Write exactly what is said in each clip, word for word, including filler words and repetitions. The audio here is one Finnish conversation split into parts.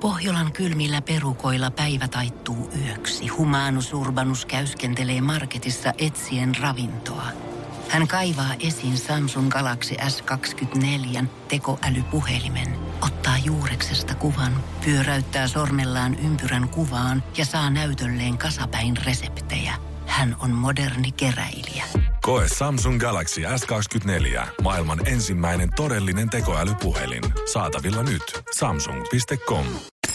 Pohjolan kylmillä perukoilla päivä taittuu yöksi. Humanus Urbanus käyskentelee marketissa etsien ravintoa. Hän kaivaa esiin Samsung Galaxy S kaksikymmentäneljä tekoälypuhelimen, ottaa juureksesta kuvan, pyöräyttää sormellaan ympyrän kuvaan ja saa näytölleen kasapäin reseptejä. Hän on moderni keräilijä. Koe Samsung Galaxy S kaksikymmentäneljä. Maailman ensimmäinen todellinen tekoälypuhelin. Saatavilla nyt. Samsung piste com.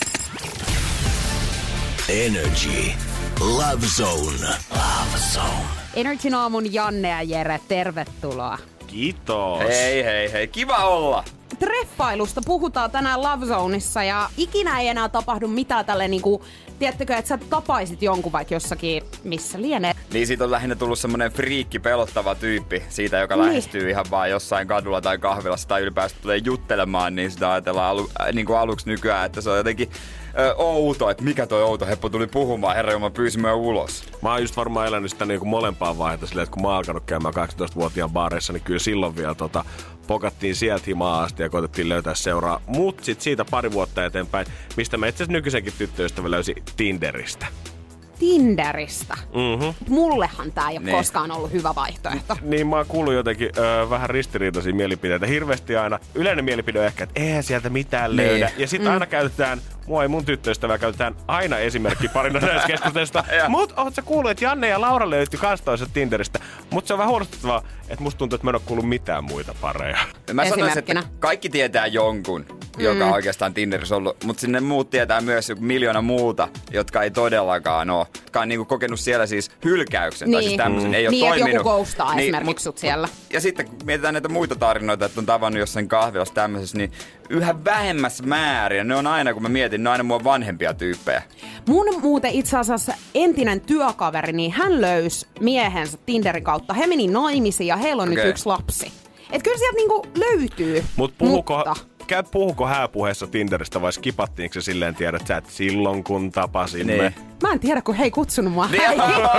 Energy. Love Zone. Love Zone. Energin aamun Janne ja Jere, tervetuloa. Kiitos. Hei, hei, hei. Kiva olla. Treffailusta puhutaan tänään Love Zoneissa ja ikinä ei enää tapahdu mitään tälle niinku, tiedättekö, että sä tapaisit jonkun vaikka jossakin, missä lienee. Niin siitä on lähinnä tullut semmonen friikki, pelottava tyyppi siitä, joka niin. lähestyy ihan vaan jossain kadulla tai kahvilassa tai ylipäänsä tulee juttelemaan, niin sitä ajatellaan alu, äh, niin kuin aluksi nykyään, että se on jotenkin ö, outo, että mikä toi outo heppo tuli puhumaan, herra jumala pyysi mua ulos. Mä oon just varmaan elänyt sitä niin kuin molempaan vaihetta silleen, että kun mä oon alkanut käymään kahdeksantoistavuotiaan baareissa, niin kyllä silloin vielä tota, pokattiin sieltä himaa asti ja koitettiin löytää seuraa. Mut sit siitä pari vuotta eteenpäin, mistä mä itse asiassa nykyisenkin tyttöystävä löysin Tinderistä. Tinderistä. Mm-hmm. Mullehan tää ei ole niin. koskaan ollut hyvä vaihtoehto. Niin mä oon kuullut jotenkin ö, vähän ristiriitaisia mielipiteitä. Hirveästi aina yleinen mielipide on ehkä, että eihän sieltä mitään niin. löydä. Ja sitten mm. aina käytetään, mua ei mun tyttöystävää käytetään aina esimerkkiparina näistä keskustelusta. Mut oot sä kuullut, että Janne ja Laura löytyi kans toisesta Tinderistä. Mut se on vähän huolestuttavaa, että musta tuntuu, että mä en oo kuullut mitään muita pareja. Mä sanoisin, että kaikki tietää jonkun, mm. joka on oikeastaan Tinderissä ollut, mutta sinne muut tietää myös miljoona muuta, jotka ei todellakaan ole. Jotka on niinku kokenut siellä siis hylkäyksen niin. tai siis tämmöisen, mm. ei ole niin, toiminut. Niin, joku ghostaa niin, esimerkiksi sut siellä. Ja sitten kun mietitään näitä muita tarinoita, että on tavannut jossain kahvilassa tämmöisessä, niin yhä vähemmässä määrin. Ne on aina, kun mä mietin, ne on aina mua vanhempia tyyppejä. Mun muuten itse asiassa entinen työkaveri, niin hän löysi miehensä Tinderin kautta. He meni naimisiin ja heillä on okay. nyt yksi lapsi. Et kyllä sieltä niinku löytyy, Mut puhuko, mutta... Käy, puhuko hääpuheessa Tinderistä vai skipattiinko se silleen, tiedät sä, että silloin kun tapasimme? Niin. Mä en tiedä, kun he ei kutsunut mua niin,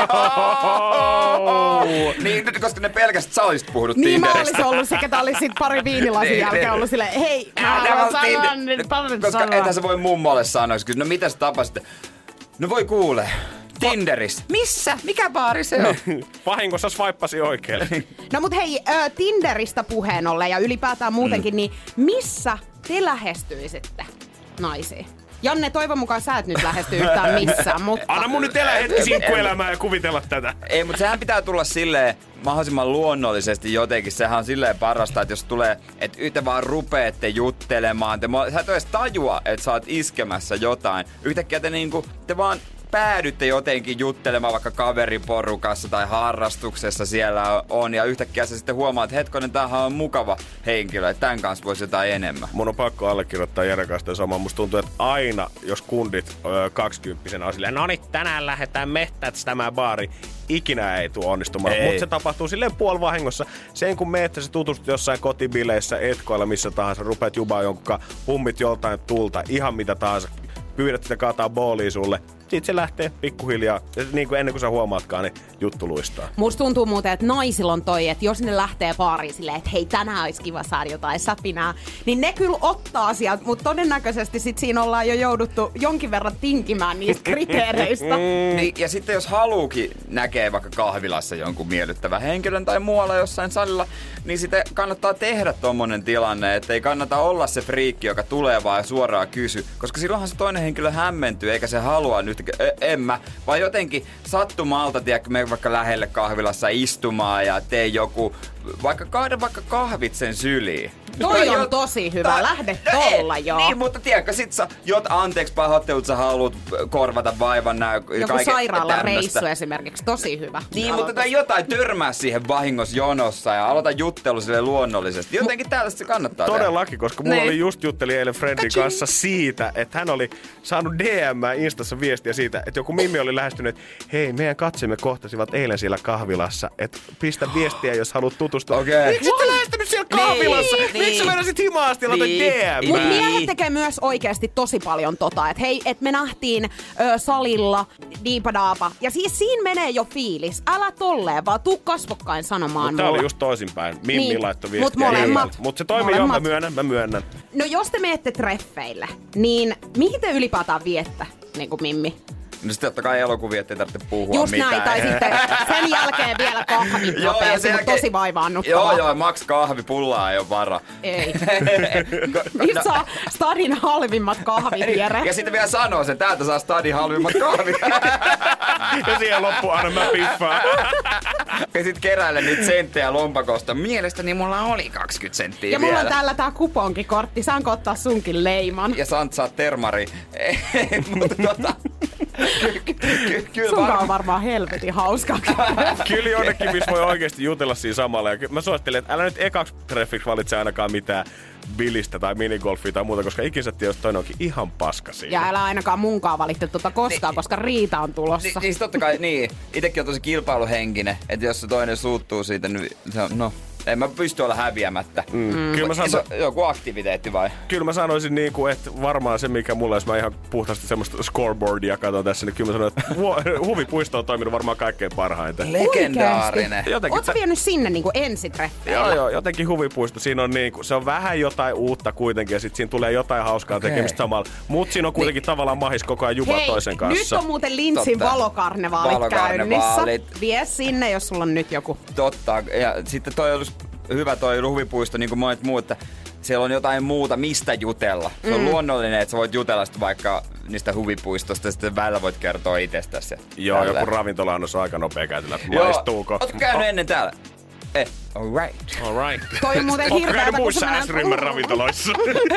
niin, koska ne pelkästään sä olisit puhunut niin, Tinderistä. Niin mä olisin ollut se, ketä oli sit pari viinilasin niin, jälkeen niin. ollut silleen, hei, mä haluan sanoa nyt paljon Koska sanoa. ethän sä voi mummolle sanoa, no mitä sä tapasit? No voi kuule. Tinderissä. Missä? Mikä baari se on? Vahingossa swaippasi oikein. No mut hei, ö, Tinderistä puheen ollen ja ylipäätään muutenkin, mm. niin missä te lähestyisitte naisiin? Janne, toivon mukaan sä et nyt lähesty yhtään missään, mutta... Anna mun nyt elää hetki sinkkuelämää ja kuvitella tätä. Ei, mutta sehän pitää tulla silleen mahdollisimman luonnollisesti jotenkin. Sehän on silleen parasta, että jos tulee, että yhtä vaan rupeette juttelemaan. Te, sä et edes tajua, että sä oot iskemässä jotain. Yhtäkkiä te niinku, te vaan... päädytte jotenkin juttelemaan vaikka kaveriporukassa tai harrastuksessa siellä on ja yhtäkkiä sä sitten huomaat, että hetkonen, tämähän on mukava henkilö, että tämän kanssa voisi jotain enemmän. Mun on pakko allekirjoittaa Jere kanssa samaa. Musta tuntuu, että aina jos kundit öö, kaksikymppisenä on silleen, no niin, tänään lähdetään mettästämään baari, ikinä ei tule onnistumaan. Mutta se tapahtuu silleen puolivahingossa. Sen kun meet, sä tutustut jossain kotibileissä, etkoilla, missä tahansa, rupeat jubaa jonkun pummit joltain tulta, ihan mitä tahansa. Pyydät sitä kaataa booliin sulle. Sitten se lähtee pikkuhiljaa. Ja niin kuin ennen kuin sä huomaatkaan, niin juttu luistaa. Musta tuntuu muuten, että naisilla on toi, että jos ne lähtee baariin silleen, että hei, tänään olisi kiva saada jotain säpinää, niin ne kyllä ottaa sieltä, mutta todennäköisesti sit siinä ollaan jo jouduttu jonkin verran tinkimään niistä kriteereistä. Niin, ja sitten jos haluukin näkee vaikka kahvilassa jonkun miellyttävän henkilön tai muualla jossain salilla, niin sitten kannattaa tehdä tommonen tilanne, että ei kannata olla se friikki, joka tulee vaan ja suoraan kysy, koska silloinhan se toinen henkilö hämmentyy, eikä se halua nyt, en mä, vaan jotenkin sattumalta, tiedätkö, me vaikka lähelle kahvilassa istumaan ja tee joku, vaikka kaada vaikka kahvit sen syliin. Toi on tosi hyvä, ta- lähde tolla joo. Niin, mutta tiedätkö, sit sä, jot anteeksi pahoittelut, sä haluat korvata vaivan nää joku sairaalan reissu esimerkiksi, tosi hyvä. Niin, mutta tai jotain törmää siihen vahingossa jonossa ja aloita juttelu sille luonnollisesti. Jotenkin tällaista se kannattaa Todellakin, tehdä. Koska mulla niin. oli just jutteli eilen Friendin kanssa siitä, että hän oli saanut D M Instassa viestiä siitä, että joku Mimmi oli lähestynyt, että hei, meidän katsemme kohtasivat eilen siellä kahvilassa, että pistä viestiä, jos haluat tutustua. Okei. Miksi et lähestynyt siellä kahvilassa? Niin, Miksi sä meinasit himaa asti laitoit Niin. D M? Mut miehet tekee myös oikeasti tosi paljon tota, että hei, et me nähtiin ö, salilla diipadaapa. Ja siis siinä menee jo fiilis. Älä tolleen, vaan tuu kasvokkain sanomaan Mut tää mulle. oli just toisinpäin. Mimmi Niin. laittoi Mut viestiä. molemmat. Mut se toimii jo, mä Molemmat. myönnän, mä myönnän. No jos te menette treffeille, niin mihin te ylipäätään viettä, niin kuin Mimmi? No sitten totta kai elokuvia, ettei tarvitse puhua Just mitään. näin, tai sitten sen jälkeen vielä kahvit Joo, ja nopeasti, sen mutta jälkeen- tosi vaivaannuttavaa. Joo, joo, maks kahvi, pullaa ei ole vara. Ei. Mistä saa stadin halvimmat kahvit, Jere? Ja sitten vielä sanoo sen, täältä saa stadin halvimmat kahvit. Ja siihen loppuun aina mä piffaan. Ja sit keräilen niitä senttejä lompakosta. Mielestäni mulla oli kaksikymmentä senttiä Ja mulla vielä. on täällä tää kuponkikortti, saanko ottaa sunkin leiman? Ja Sant saa termari. Mutta tota... ky- ky- Kyllä Sunkaan on varmaan. varmaan helvetin hauskaa. Kyllä jonnekin, missä voi oikeesti jutella siinä samalla. Ja ky- mä suosittelen, että älä nyt ekaksi treffiksi valitse ainakaan mitään bilistä tai minigolfia tai muuta, koska ikin sä tiedät, että toinen onkin ihan paska siinä. Ja älä ainakaan munkaan valitte tuota koskaan, Niin. koska riita on tulossa. Ni, niin totta kai, niin. Itekin on tosi kilpailuhenkinen, että jos se toinen suuttuu siitä, niin se on, no, en mä pysty olla häviämättä. Mm. Kyllä, mä Se sanon, on joku aktiviteetti vai? kyllä mä sanoisin, niinku, että varmaan se, mikä mulla, jos mä ihan puhtaasti semmoista scoreboardia katson tässä, niin kyllä mä sanoin, että hu- huvipuisto on toiminut varmaan kaikkein parhaiten. Legendaarinen. Jotenkin Oot sä se- vienyt sinne niinku ensitreffeillä? Joo, joo, jotenkin huvipuisto. Siinä on niinku, se on vähän jotain uutta kuitenkin ja sit siinä tulee jotain hauskaa Okei. tekemistä samalla. Mut siinä on kuitenkin tavallaan mahis koko ajan jubaa Hei, toisen kanssa. nyt on muuten Lintsin Totta. valokarnevaalit, Valokarnevaalit. käynnissä. Vie sinne, jos sulla on nyt joku. Totta. Ja sitten toi olisi hyvä toi huvipuisto, niin kuin monet muut, että siellä on jotain muuta, mistä jutella. Se on Mm. luonnollinen, että sä voit jutella sit vaikka niistä huvipuistosta ja sitten välillä voit kertoa itsestäsi. Joo, Tällä. joku ravintola-annos on aika nopea käytellä. Joo. Maistuuko? Ootko käynyt ennen täällä? Eh, alright. Alright. Toi on muuten Ootko hirveätä, käynyt kun muissa se menee- S-ryhmän ravintoloissa?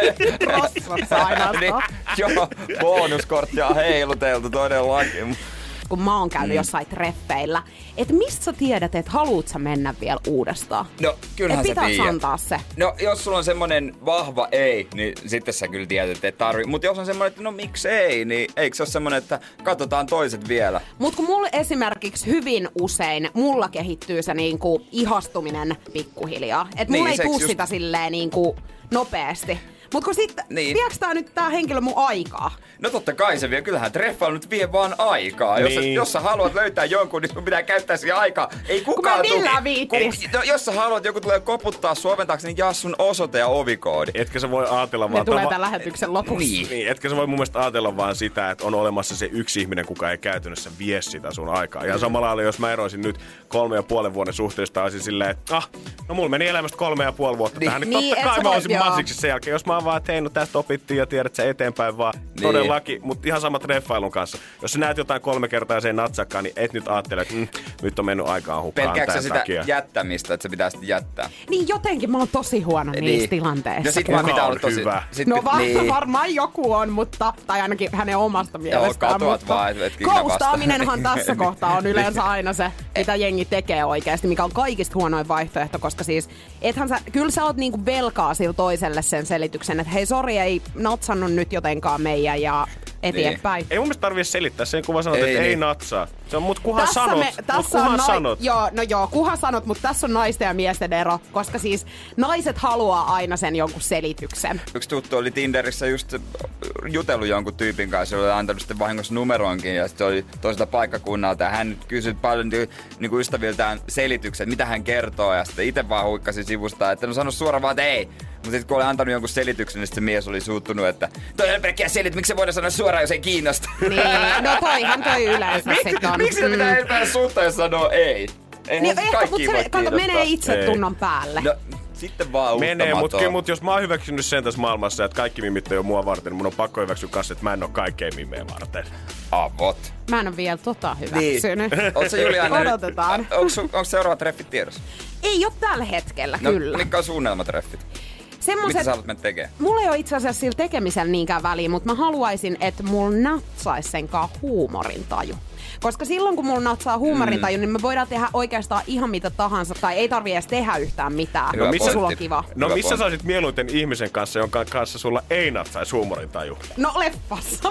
Rosvossa ainoastaan. Niin, joo, bonuskorttia on heiluteltu todellakin. Kun mä oon käynyt mm. jossain treffeillä, että mistä sä tiedät, että haluut sä mennä vielä uudestaan? No, kyllähän Et sä pitää tiedät. antaa se. No, jos sulla on semmonen vahva ei, niin sitten sä kyllä tiedät, että ei tarvi. Mutta jos on semmonen, että no miksi ei, niin eikö se ole semmonen, että katsotaan toiset vielä? Mut kun mulla esimerkiksi hyvin usein, mulla kehittyy se niinku ihastuminen pikkuhiljaa. Et mulla Niin, ei seks tuu just- sitä silleen niinku nopeasti. Mut kun sitten, Niin. niin. vieks tää nyt tää henkilö mun aikaa? No totta kai se vie, kyllähän treffailu nyt vie vaan aikaa. Jos, sä, Niin. jos sä haluat löytää jonkun, niin sun pitää käyttää siihen aikaa. Ei kukaan mä en tuu- millään viittis. Ku- no, jos sä haluat, joku tulee koputtaa suventaksi, niin jaa sun osoite ja ovikoodi. Etkä sä voi ajatella Ne vaan... tulee tava- tämän lähetyksen lopuksi. Niin. Niin, etkä sä voi mun mielestä ajatella vaan sitä, että on olemassa se yksi ihminen, kuka ei käytännössä vie sitä sun aikaa. Ja samalla lailla, jos mä eroisin nyt kolme ja puolen vuoden suhteesta, olisin silleen, että ah, no mulla meni elämästä kolme ja puoli vuotta Niin. tähän. Niin, Niin, totta et kai sä mä voi- olisin joo. masiksi sen jälkeen. Jos mä oon vaan, että hei, no tästä opittiin ja tiedät sä eteenpäin vaan. Niin. Todellakin, mutta ihan sama treffailun kanssa. Jos sä näet jotain kolme kertaa ja se ei natsakaan, niin et nyt ajattele, että mm, nyt on mennyt aikaan hukkaan Pelkääksä tämän sitä takia. jättämistä, että se pitää sitten jättää? Niin jotenkin mä oon tosi huono niin. niissä tilanteissa. No sit Kuka vaan pitää on olla tosi... hyvä? Sit No pit- va- niin. varmaan joku on, mutta, tai ainakin hänen omasta mielestään. katoat mutta vaan, et- et ikinä vastaa. Koustaaminenhan tässä kohtaa on yleensä aina se, mitä jengi tekee oikeasti, mikä on kaikista huonoin vaihtoehto, koska siis, ethän sä, kyllä sä oot niinku velkaa sillä toiselle sen selityksen, että hei sori, ei natsannut nyt jotenkaan meidän ja eteenpäin. Ei mun mielestä tarvitse selittää sen, kun vaan sanot, Ei että ei niin. natsaa. Se on, mut kunhan Tässä, sanot, me, mut tässä kunhan on nai- sanot. Joo, no joo, kuhan sanot, mutta tässä on naisten ja miesten ero, koska siis naiset haluaa aina sen jonkun selityksen. Yksi tuttu oli Tinderissä just jutellut jonkun tyypin kanssa, oli antanut sitten vahingossa numeroinkin ja sitten oli toiselta paikkakunnalta ja hän kysyi paljon niin kuin ystäviltään selityksen, mitä hän kertoo ja sitten itse vaan huikkasi sivusta, että no sano suoraan vaan, että ei. Mutta sitten kun oli antanut jonkun selityksen, niin sitten se mies oli suuttunut, että toi on pelkkiä selit, miksi se voidaan sanoa suoraan, jos ei kiinnosta. Niin, no toihan toi yleensä sit on. Miksi se pitää Mm. edes suuttaa, jos sanoo ei? Eihän Niin se ehkä, kaikkia mutta voi se kato, kiinnostaa. menee itsetunnon päälle. No, sitten vaan Menee, mutta uuttamatoon. mut jos mä oon hyväksynyt sen tässä maailmassa, että kaikki mimit ei ole mua varten, niin mun on pakko hyväksyä kanssa, että mä en oo kaikkea mimejä varten. Avot. Mä en oo vielä tota hyväksynyt. Oot sä Juliana? Odotetaan. Onko, onko seuraavat treffit tiedossa? Ei oo tällä hetkellä, No, kyllä. mitkä on suunnelmatreffit? Semmoset, Mitä sä haluat mennä tekemään? mulla ei ole itse asiassa sillä tekemisellä niinkään väliä, mutta mä haluaisin, että mulla natsaisi senkaan huumorintaju. Koska silloin, kun mulla natsaa huumorintaju, mm. niin me voidaan tehdä oikeastaan ihan mitä tahansa, tai ei tarvii edes tehdä yhtään mitään. Hyvä No, pointti. sulla on kiva. No Hyvä missä pointti. sä olisit mieluiten ihmisen kanssa, jonka kanssa sulla ei natsaisi huumorintaju? No leffassa.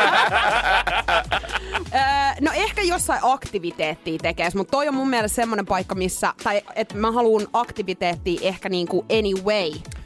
Öö, no ehkä jossain aktiviteettia tekes, mutta toi on mun mielestä semmonen paikka, missä, tai että mä haluun aktiviteettia ehkä niinku anyway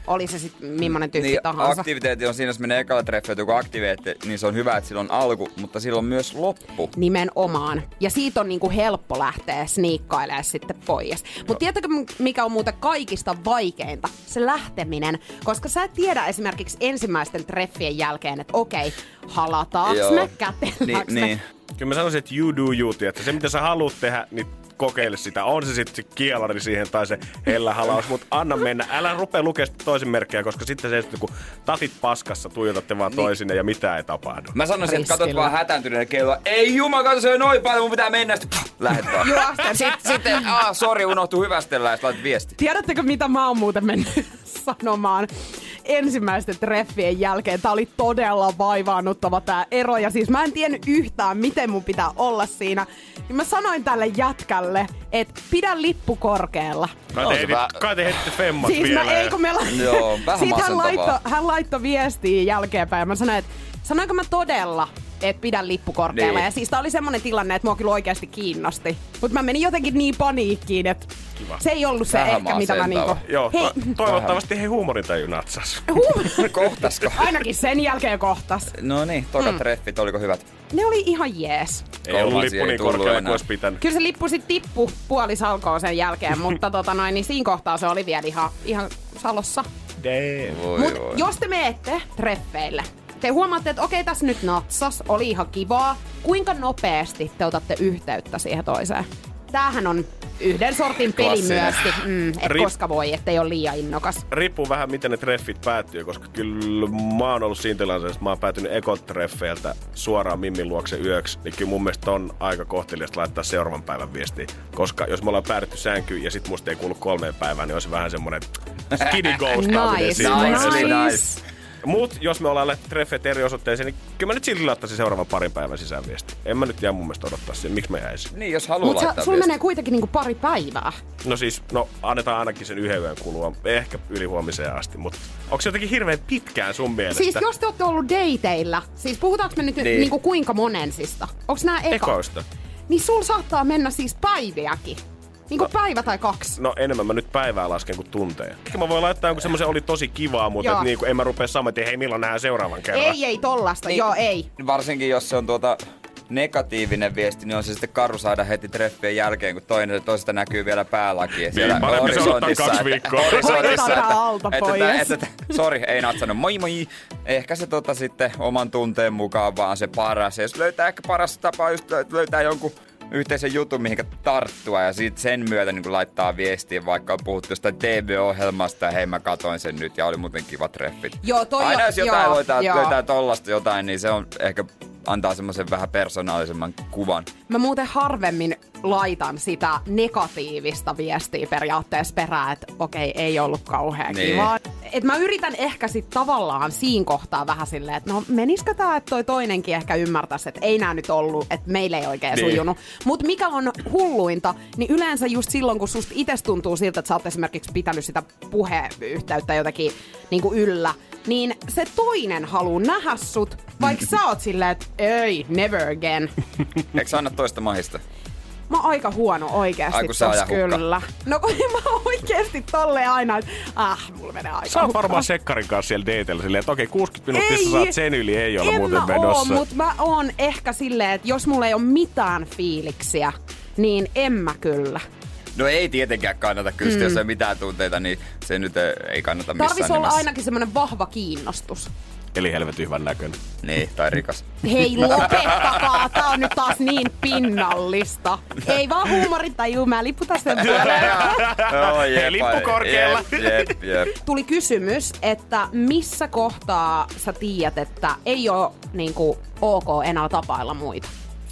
oli se sitten millainen tyyppi niin, tahansa. Aktiviteetti on siinä, jos menee ekalla treffeillä joku aktiviteetti, niin se on hyvä, että sillä on alku, mutta sillä on myös loppu. Nimenomaan. Ja siitä on niinku helppo lähteä sniikkailemaan sitten pois. Mutta tiedätkö, mikä on muuten kaikista vaikeinta? Se lähteminen. Koska sä et tiedä esimerkiksi ensimmäisten treffien jälkeen, että okei, halataanko me, kätelläänkö Ni, me? niin. Kyllä mä sanoisin, että you do you, että se mitä sä haluat tehdä, niin kokeile sitä. On se sitten se kielari siihen tai se hellähalaus, mutta anna mennä. Älä rupea lukemaan toisen merkkejä, koska sitten se, kun tatit paskassa tuijotatte vaan toisinne niin. Ja mitään ei tapahdu. Mä sanoisin, että katot vaan hätääntyneen kelloa. Ei jumala, kato se on noin paljon, mun pitää mennä. Sitten lähet vaan. Sitten, sitten aah, sori, unohtuu hyvästellä ja sitten laitat viesti. Tiedättekö, mitä mä oon muuten mennyt sanomaan ensimmäisten treffien jälkeen? Tää oli todella vaivaannuttava tää ero. Ja siis mä en tiennyt yhtään, miten mun pitää olla siinä. Niin mä sanoin tälle jätkälle, että pidä lippu korkealla. Kai te, heitit, kai te heitte femmat siis vielä. Mä, ei, kun me la... Joo, vähän Sitten hän masentavaa. laittoi, hän laittoi viestiä jälkeenpäin ja mä sanoin, että sanoinko mä todella, että pidä lippu korkealla. Niin. Ja siis tää oli semmonen tilanne, että mua kyllä oikeasti kiinnosti. Mutta mä menin jotenkin niin paniikkiin, että Kiva. Se ei ollut se vähän ehkä, mitä mä niinku... Joo, hei. To- toivottavasti hei huumorintaju natsas. Huum- Kohtasko? Ainakin sen jälkeen kohtas. No niin, tokat mm. treffit, oliko hyvät? Ne oli ihan jees. Ei ollut lippu niin korkealla kuin olisi pitänyt. Kyllä se lippu sit tippu puolisalkoon sen jälkeen, mutta tota noin, niin siinä kohtaa se oli vielä ihan, ihan salossa. Damn. Mut jos te menette treffeille, te huomaatte, että okei, tässä nyt natsas, oli ihan kivaa. Kuinka nopeasti te otatte yhteyttä siihen toiseen? Tämähän on yhden sortin peli myöskin, mm, et Rip... koska voi, ettei ole liian innokas. Riippuu vähän, miten ne treffit päättyy, koska kyllä mä oon ollut siinä tilanteessa, että mä oon päätynyt ekotreffeiltä suoraan Mimmin luokse yöksi, niin kyllä mun mielestä on aika kohteliasta laittaa seuraavan päivän viestiä. Koska jos me ollaan päädytty sänkyyn ja sit musta ei kuulu kolmeen päivään, niin on se vähän semmonen skiddy ghostaaminen nice, siinä. Nice, nice. Mut jos me ollaan lähtenyt treffeet eri osoitteeseen, niin kyllä mä nyt silti laittaisin seuraavan parin päivän sisään viesti. En mä nyt jää mun mielestä odottaa siihen. Miksi mä jäisin? Niin, jos haluaa laittaa viesti. Mutta sulla menee kuitenkin niinku pari päivää. No siis, no annetaan ainakin sen yhden yön kulua. Ehkä ylihuomiseen asti. Mutta onko se jotenkin hirveän pitkään sun mielestä? Siis jos te ootte ollut dateilla, siis puhutaanko me nyt niin. niinku kuinka monensista? Onks nää eka? Ekoista. Niin sul saattaa mennä siis päiviäkin. Niinku no, päivä tai kaksi. No enemmän mä nyt päivää lasken kuin tunteja. Ehkä mä voin laittaa jonkun semmoisen oli tosi kivaa, mutta et niinku, en mä rupea saman, että hei milloin nähdään seuraavan kerran. Ei, ei tollasta, niin, joo ei. Varsinkin jos se on tuota negatiivinen viesti, niin on se sitten karu saada heti treffien jälkeen, kun toinen toisesta näkyy vielä päälaki. Ja siellä niin, horisontissa, kaksi viikkoa. Horisontissa, että, että, että, että sori, ei natsannut, moi moi. Ehkä se tota sitten oman tunteen mukaan vaan se paras. Ja jos löytää ehkä paras tapa just löytää jonkun yhteisen jutun, mihinkä tarttua ja siitä sen myötä niin laittaa viestiä, vaikka on puhuttu jostain T V-ohjelmasta ja hei mä katoin sen nyt ja oli muuten kivat treffit. Joo, toi Aina jo, jos jotain joo, löytää, joo. löytää tollasta jotain, niin se on ehkä antaa semmoisen vähän persoonallisemman kuvan. Mä muuten harvemmin laitan sitä negatiivista viestiä periaatteessa perään, että okei, ei ollut kauhean niin. kivaa. Et mä yritän ehkä sit tavallaan siinä kohtaa vähän silleen, että no menisikö tää, että toi toinenkin ehkä ymmärtäisi, että ei nää nyt ollut, että meille ei oikein niin. sujunut. Mut mikä on hulluinta, niin yleensä just silloin, kun susta itse tuntuu siltä, että sä oot esimerkiksi pitänyt sitä puheyhteyttä jotenkin niin kuin yllä, niin se toinen haluu nähdä sut, vaikka sä oot silleen, että ei, never again. Eikö sä anna toista mahista? Mä oon aika huono oikeesti tossa kyllä. No kun mä oon oikeesti tolleen aina, että ah, mulla menee aika Sä oot hukkaan. varmaan sekkarin kanssa siellä dateilla silleen, että okei, kuusikymmentä minuuttia sä saat sen yli, ei olla muuten menossa. En mä oo, mut mä oon ehkä silleen, että jos mulla ei oo mitään fiiliksiä, niin en mä kyllä. No ei tietenkään kannata kyllä, mm. jos ei mitään tunteita, niin se nyt ei kannata missään Tarvis olla nimessä. ainakin semmonen vahva kiinnostus. Eli helvetin hyvän näköinen. Niin, tai rikas. Hei, lopettakaa! Tää on nyt taas niin pinnallista. Ei vaan huumorintaju, mä liputan sen puolelle. Oh, Hei, lippu korkealla. Jep, jep, jep. Tuli kysymys, että missä kohtaa sä tiedät, että ei oo niinku ok enää tapailla muita?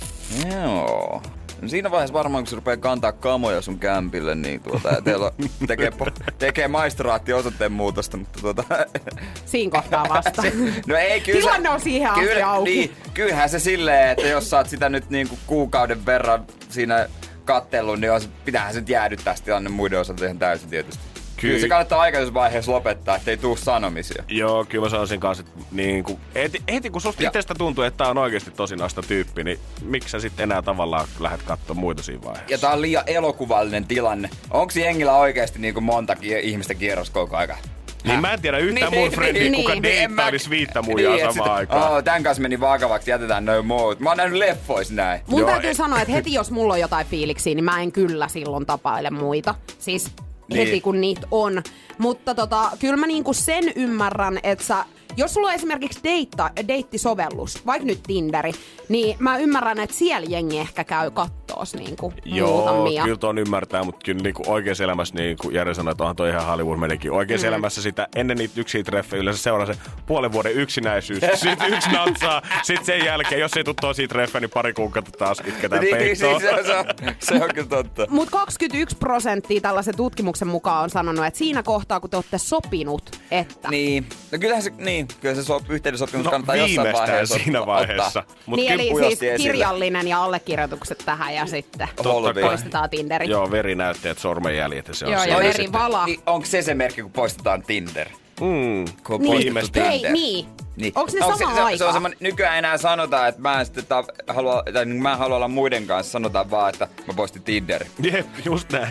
Joo. No siinä vaiheessa varmaan, kun se rupeaa kantaa kamoja sun kämpille, niin tuota, ja teillä tekee, tekee maistraatti osoitteen muutosta, mutta tuota... Siinä kohtaa vasta. No ei, kyllä Tilanne se, on siihen kyllä, asti auki. Niin, kyllähän se silleen, että jos sä oot sitä nyt niinku kuukauden verran siinä kattellut, niin on, pitäähän se jäädyttää sitä tilanne muiden osalta ihan täysin tietysti. Kyllä. Kyllä se kannattaa aikaisessa vaiheessa lopettaa, ettei tuu sanomisia. Joo, kyllä mä sanoisin kanssa, että niin kuin, heti, heti kun susta itsestä tuntuu, että tää on oikeasti tosinasta tyyppi, niin miksi sä sitten enää tavallaan lähdet katsomaan muita siinä vaiheessa? Ja tää on liian elokuvallinen tilanne. Onko jengillä oikeasti niin kuin monta ihmistä kierros koko aika? Niin mä en tiedä yhtään Niin, mun frendiä, niin, kuka niin, deittailisi viittä muijaa niin, samaan sit, aikaan. Oh, tän kanssa meni vakavaksi, jätetään noin muut. Mä oon nähnyt leffois näin. Mun Joo, täytyy et- sanoa, että heti jos mulla on jotain fiiliksiä, niin mä en kyllä silloin tapaile muita. Siis Niin. heti kun niitä on. Mutta tota, kyllä mä niinku sen ymmärrän, että sä, jos sulla on esimerkiksi deitta, deittisovellus, vaikka nyt Tinderi, niin mä ymmärrän, että siellä jengi ehkä käy kattoos niinku Joo, muutamia. kyllä tuon ymmärtää, mutta kyllä niinku oikeassa elämässä, niin kuin Jere sanoi, että onhan toi ihan Hollywood menikin. Oikeassa mm. elämässä sitä ennen niitä yksin treffejä yleensä seuraa se puolen vuoden yksinäisyys. Sitten yksi natsaa, sitten sen jälkeen, jos ei tule tosi treffejä, niin pari kuukautta taas itketään Niin, peittoon. niin, se, on, se on kyllä totta. Mutta kaksikymmentäyksi prosenttia tällaisen tutkimuksen mukaan on sanonut, että siinä kohtaa, kun te olette sopinut, että... Niin, no kyllähän se, niin, kyllä se so, yhteinen sopimus No kannattaa jossain viimeistään vaiheessa siinä ottaa. vaiheessa. Mut Niin, kyllä eli pujosti siis esille. kirjallinen ja allekirjoitukset tähän ja sitten Holvi. poistetaan Tinderi. Joo, verinäytteet, sormenjäljet ja se on Joo, ja siinä veri sitten. vala. Niin, onko se se merkki, kun poistetaan Tinder? Mm. Kun on Niin, poistettu hei, Tinder. niin. Niin. Onko ne Onko samaan se, se, aikaan? se on semmoinen, nykyään enää sanotaan, että mä en, sitten ta, halua, tai niin mä en halua olla muiden kanssa, sanotaan vaan, että mä poistin Tinder. Jep, just näin.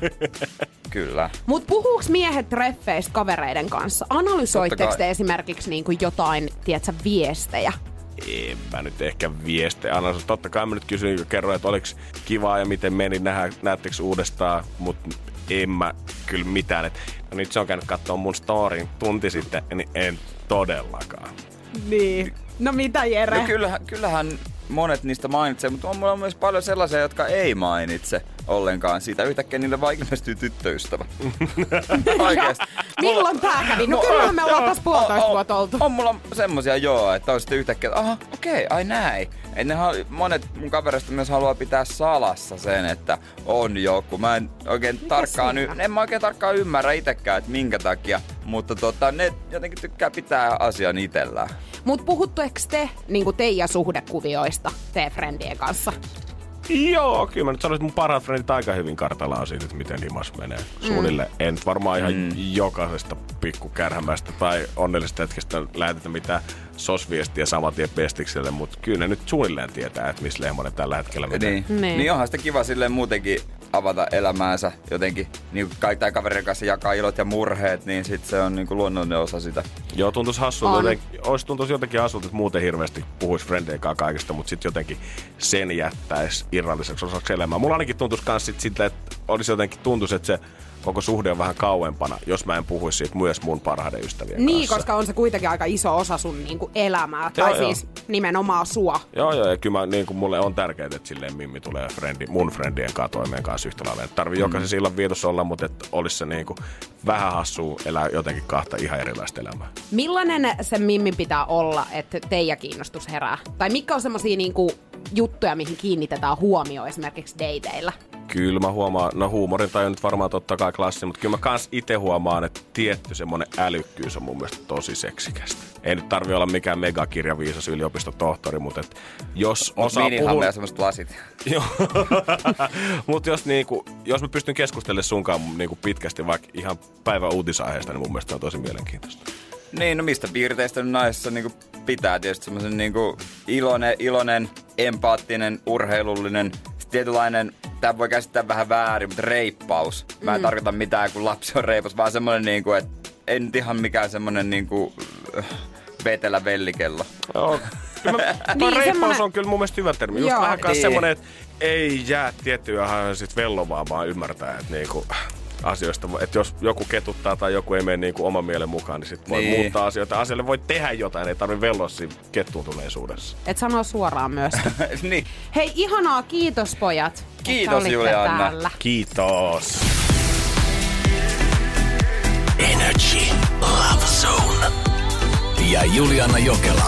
Kyllä. Mut puhuuks miehet treffeistä kavereiden kanssa? Analysoitteko Totta kai. te esimerkiksi niinku jotain, tiedätkö, viestejä? En mä nyt ehkä viestejä anna. Totta kai mä nyt kysyin ja kerroin, että oliks kivaa ja miten meni, Nähdään, näettekö uudestaan, mutta en mä kyllä mitään. Et, no nyt se on käynyt katsoa mun storin tunti sitten, niin en todellakaan. Niin. No mitä, Jere? No kyllähän, kyllähän monet niistä mainitsee, mutta on mulla myös paljon sellaisia, jotka ei mainitse ollenkaan siitä. Yhtäkkiä niille vaan ilmestyy tyttöystävä. Oikeesti. Milloin tää kävi? No kyllähän me ollaan tässä puolitoista vuotta oltu. On mulla semmosia joo, että on sitten yhtäkkiä, että aha, okei, okay, ai näin. Et ne hal- monet mun kavereista myös haluaa pitää salassa sen, että on joku. Mä en oikein tarkkaan, y- en mä oikein tarkkaan ymmärrä itekään, että minkä takia. Mutta tota, ne jotenkin tykkää pitää asian itellään. Mut puhuttueko te niinku teidän suhdekuvioista teidän friendien kanssa? Joo, kyllä mä nyt sanoisin, että mun parhaat frendit aika hyvin kartalaa siitä, että miten himas menee. Suunnilleen. Mm. En varmaan ihan mm. jokaisesta pikkukärhämästä tai onnellisesta hetkestä lähetetä mitään sos-viestiä saman tien pestikselle, mutta kyllä ne nyt suunnilleen tietää, että missä Lehmonen tällä hetkellä menee. Niin. Niin. niin onhan sitä kiva silleen muutenkin avata elämäänsä jotenkin, niin kaikki kaverin kanssa jakaa ilot ja murheet, niin sit se on niinku luonnollinen osa sitä. Joo, tuntuisi hassulta, jotenkin, olisi tuntuisi jotenkin hassulta, että muuten hirveästi puhuisi frendien kanssa kaikesta, mutta sitten jotenkin sen jättäisi irralliseksi osaksi elämää. Mulla ainakin tuntuisi myös sit siltä, että olisi jotenkin tuntuisi, että se koko suhde on vähän kauempana, jos mä en puhuisi siitä myös mun parhaiden ystävien Niin, kanssa. koska on se kuitenkin aika iso osa sun niinku elämää, tai Joo, siis nimenomaan sua. Joo, joo, ja kyllä mä, niin kuin mulle on tärkeää, että silleen Mimmi tulee frendi, mun friendien kanssa toimeen kanssa yhtä lailla. Et tarvii mm. jokaisen illan vietossa olla, mutta et olisi se niin kuin vähän hassua elää jotenkin kahta ihan erilaista elämää. Millainen se Mimmin pitää olla, että teidän kiinnostus herää? Tai mitkä on semmosia niinku juttuja, mihin kiinnitetään huomioon esimerkiksi dateilla? Kyllä mä huomaan, no huumorin tai on nyt varmaan totta kai klassi, mutta kyllä mä kans ite huomaan, että tietty semmonen älykkyys on mun mielestä tosi seksikästä. Ei nyt tarvi olla mikään megakirjaviisas yliopistotohtori, mutta et jos osaa puhua... ja semmoset lasit. Joo, mutta jos, niinku, jos mä pystyn keskustelemaan sunkaan niinku pitkästi vaikka ihan päivän uutisaiheesta, niin mun mielestä on tosi mielenkiintoista. Niin, no mistä piirteistä naisessa niinku pitää tietysti semmoisen niinku iloinen, iloinen, empaattinen, urheilullinen, tietynlainen, tää voi käsittää vähän väärin, mutta reippaus. Mä en mm. tarkoita mitään, kun lapsi on reipas, vaan semmonen niinku, että ei nyt ihan mikään semmonen niinku äh, vetelä vellikello. Joo. Kyllä mä, toi Niin, reippaus semmonen... on kyllä mun mielestä hyvä termi. Just Joo, vähän kanssa niin. semmonen, että ei jää tiettyjä sit vellovaa, vaan ymmärtää, että niinku asioista, että jos joku ketuttaa tai joku ei mene niinku oman mielen mukaan, niin sit voi Niin. muuttaa asioita. Asialle voi tehdä jotain, ei tarvi velloa siinä kettuuntuneisuudessa. Et sanoo suoraan myös. niin. Hei, ihanaa, kiitos pojat. Kiitos, että olitte Juliana. täällä. Kiitos. Energy Love Zone. Ja Juliana Jokela.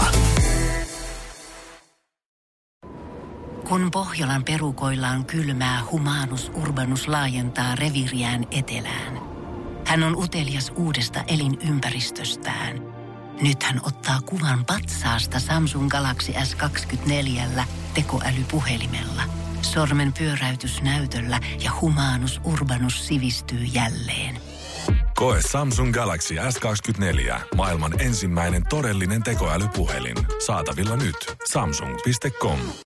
Kun Pohjolan perukoillaan kylmää, Humanus Urbanus laajentaa reviiriään etelään. Hän on utelias uudesta elinympäristöstään. Nyt hän ottaa kuvan patsaasta Samsung Galaxy S kaksikymmentäneljä tekoälypuhelimella. Sormen pyöräytys näytöllä ja Humanus Urbanus sivistyy jälleen. Koe Samsung Galaxy S kaksikymmentäneljä. Maailman ensimmäinen todellinen tekoälypuhelin. Saatavilla nyt. Samsung piste com.